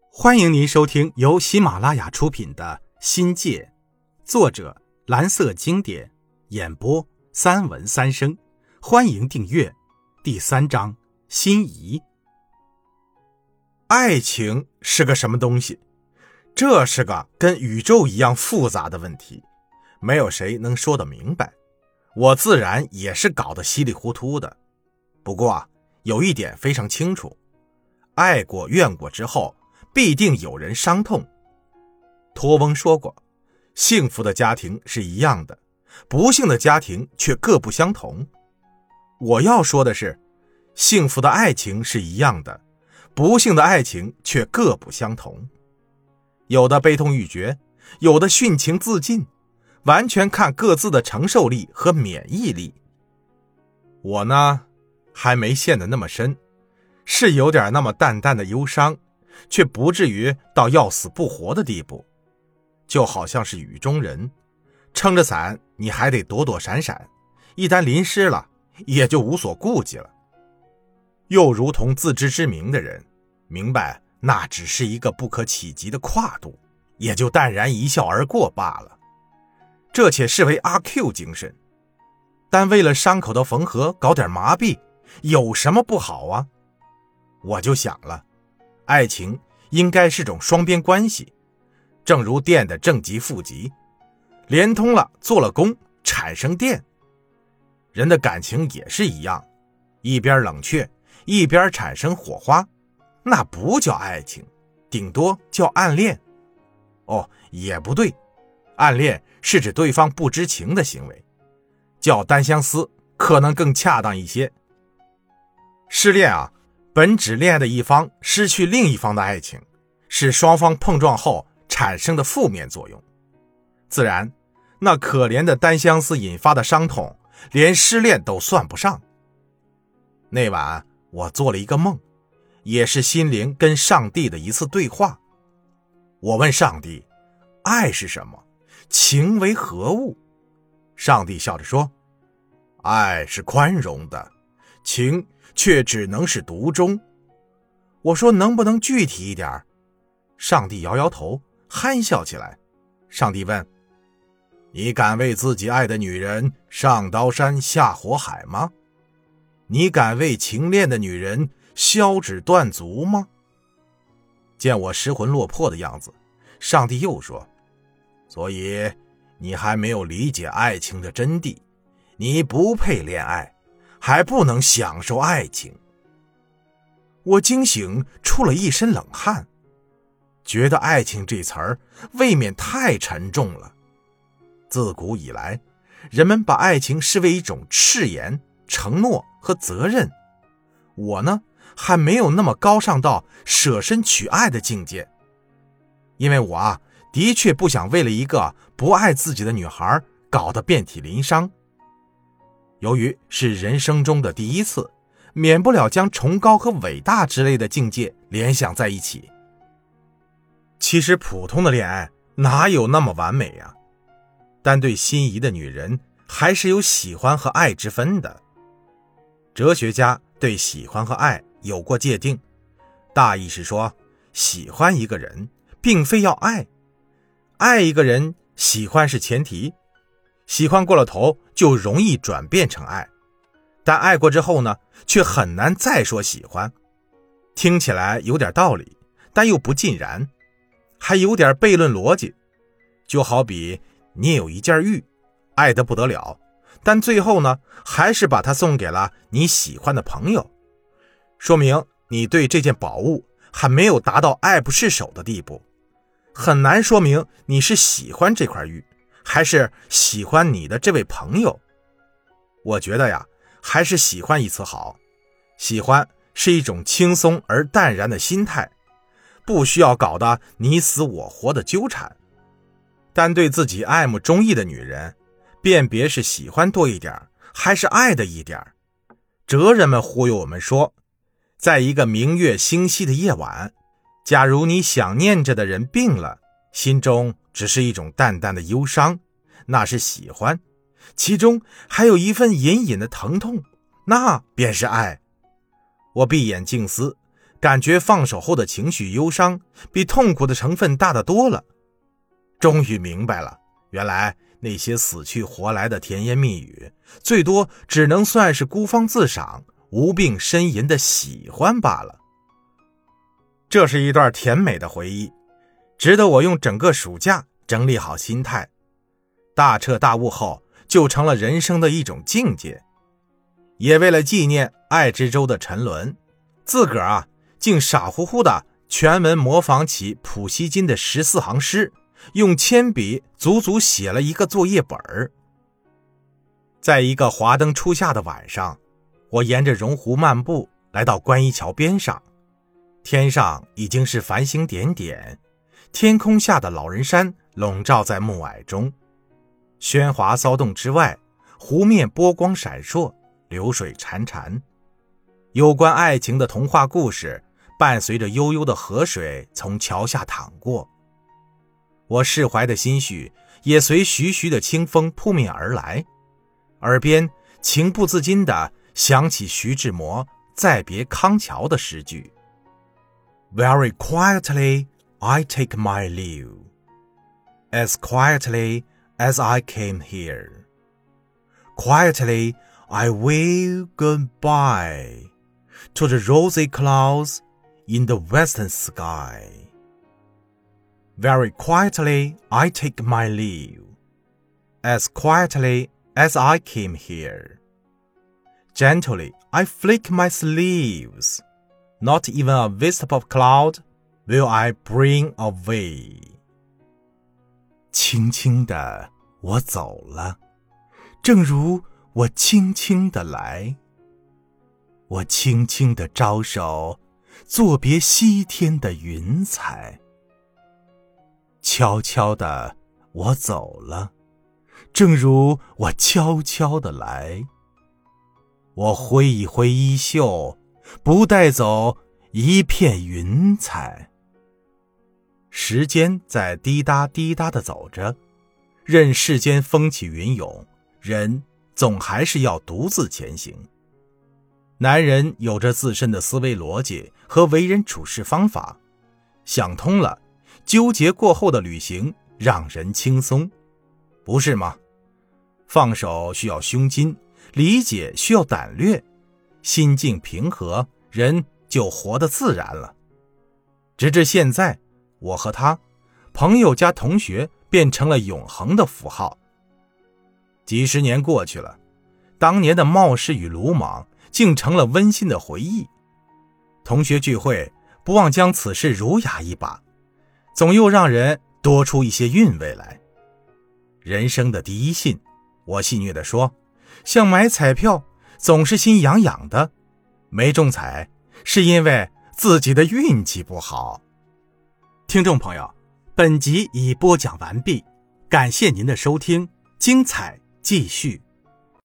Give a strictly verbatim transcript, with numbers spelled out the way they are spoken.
欢迎您收听由喜马拉雅出品的《心界》，作者蓝色经典，演播三文三生。欢迎订阅。第三章，心仪。 爱情是个什么东西？这是个跟宇宙一样复杂的问题，没有谁能说得明白。我自然也是搞得稀里糊涂的。不过啊，有一点非常清楚，爱过怨过之后，必定有人伤痛。托翁说过，幸福的家庭是一样的，不幸的家庭却各不相同。我要说的是，幸福的爱情是一样的，不幸的爱情却各不相同。有的悲痛欲绝，有的殉情自尽，完全看各自的承受力和免疫力。我呢，还没陷得那么深，是有点那么淡淡的忧伤，却不至于到要死不活的地步。就好像是雨中人，撑着伞你还得躲躲闪闪，一旦淋湿了也就无所顾忌了。又如同自知之明的人，明白那只是一个不可企及的跨度，也就淡然一笑而过罢了。这且视为阿 Q 精神，但为了伤口的缝合搞点麻痹，有什么不好啊？我就想了，爱情应该是种双边关系，正如电的正极负极，连通了做了功，产生电。人的感情也是一样，一边冷却，一边产生火花，那不叫爱情，顶多叫暗恋。哦，也不对，暗恋是指对方不知情的行为，叫单相思可能更恰当一些。失恋啊，本指恋爱的一方失去另一方的爱情，是双方碰撞后产生的负面作用。自然，那可怜的单相思引发的伤痛，连失恋都算不上。那晚我做了一个梦，也是心灵跟上帝的一次对话。我问上帝，爱是什么？情为何物？上帝笑着说，爱是宽容的，情却只能是独钟。我说能不能具体一点？上帝摇摇头，憨笑起来。上帝问，你敢为自己爱的女人上刀山下火海吗？你敢为情恋的女人削指断足吗？见我失魂落魄的样子，上帝又说，所以你还没有理解爱情的真谛，你不配恋爱，还不能享受爱情。我惊醒，出了一身冷汗，觉得爱情这词儿未免太沉重了。自古以来，人们把爱情视为一种誓言、承诺和责任。我呢，还没有那么高尚到舍身取爱的境界。因为我啊，的确不想为了一个不爱自己的女孩搞得遍体鳞伤。由于是人生中的第一次，免不了将崇高和伟大之类的境界联想在一起。其实普通的恋爱哪有那么完美啊？但对心仪的女人还是有喜欢和爱之分的。哲学家对喜欢和爱有过界定，大意是说，喜欢一个人并非要爱，爱一个人喜欢是前提，喜欢过了头就容易转变成爱，但爱过之后呢，却很难再说喜欢。听起来有点道理，但又不尽然，还有点悖论逻辑。就好比你有一件玉，爱得不得了，但最后呢，还是把它送给了你喜欢的朋友，说明你对这件宝物还没有达到爱不释手的地步，很难说明你是喜欢这块玉，还是喜欢你的这位朋友。我觉得呀，还是喜欢一词好。喜欢是一种轻松而淡然的心态，不需要搞得你死我活的纠缠。但对自己爱慕中意的女人，辨别是喜欢多一点，还是爱的一点。哲人们忽悠我们说，在一个明月星稀的夜晚，假如你想念着的人病了，心中只是一种淡淡的忧伤，那是喜欢，其中还有一份隐隐的疼痛，那便是爱。我闭眼静思， 感觉放手后的情绪忧伤比痛苦的成分大得多了。终于明白了，原来那些死去活来的甜言蜜语，最多只能算是孤芳自赏、无病呻吟的喜欢罢了。这是一段甜美的回忆，值得我用整个暑假整理好心态。大彻大悟后，就成了人生的一种境界。也为了纪念爱之舟的沉沦，自个儿啊，竟傻乎乎的全文模仿起普希金的十四行诗，用铅笔足足写了一个作业本儿。在一个华灯初夏的晚上，我沿着榕湖漫步，来到观音桥边上。天上已经是繁星点点，天空下的老人山笼罩在暮霭中。喧哗骚动之外，湖面波光闪烁，流水潺潺。有关爱情的童话故事伴随着悠悠的河水从桥下淌过。我释怀的心绪也随徐徐的清风扑面而来，耳边情不自禁地想起徐志摩再别康桥的诗句。 Very quietly I take my leave, as quietly as I came here. Quietly I wave goodbye to the rosy clouds in the western sky. Very quietly I take my leave, as quietly as I came here. Gently I flick my sleeves, not even a wisp of cloud will I bring away. 轻轻地我走了，正如我轻轻地来。我轻轻地招手，作别西天的云彩。悄悄地我走了，正如我悄悄地来。我挥一挥衣袖，不带走一片云彩。时间在滴答滴答地走着，任世间风起云涌，人总还是要独自前行。男人有着自身的思维逻辑和为人处事方法，想通了，纠结过后的旅行让人轻松，不是吗？放手需要胸襟，理解需要胆略，心境平和，人就活得自然了。直至现在，我和他，朋友加同学，变成了永恒的符号。几十年过去了，当年的冒失与鲁莽竟成了温馨的回忆。同学聚会，不忘将此事儒雅一把，总又让人多出一些韵味来。人生的第一信，我戏谑地说，像买彩票，总是心痒痒的，没中彩是因为自己的运气不好。听众朋友，本集已播讲完毕，感谢您的收听，精彩继续。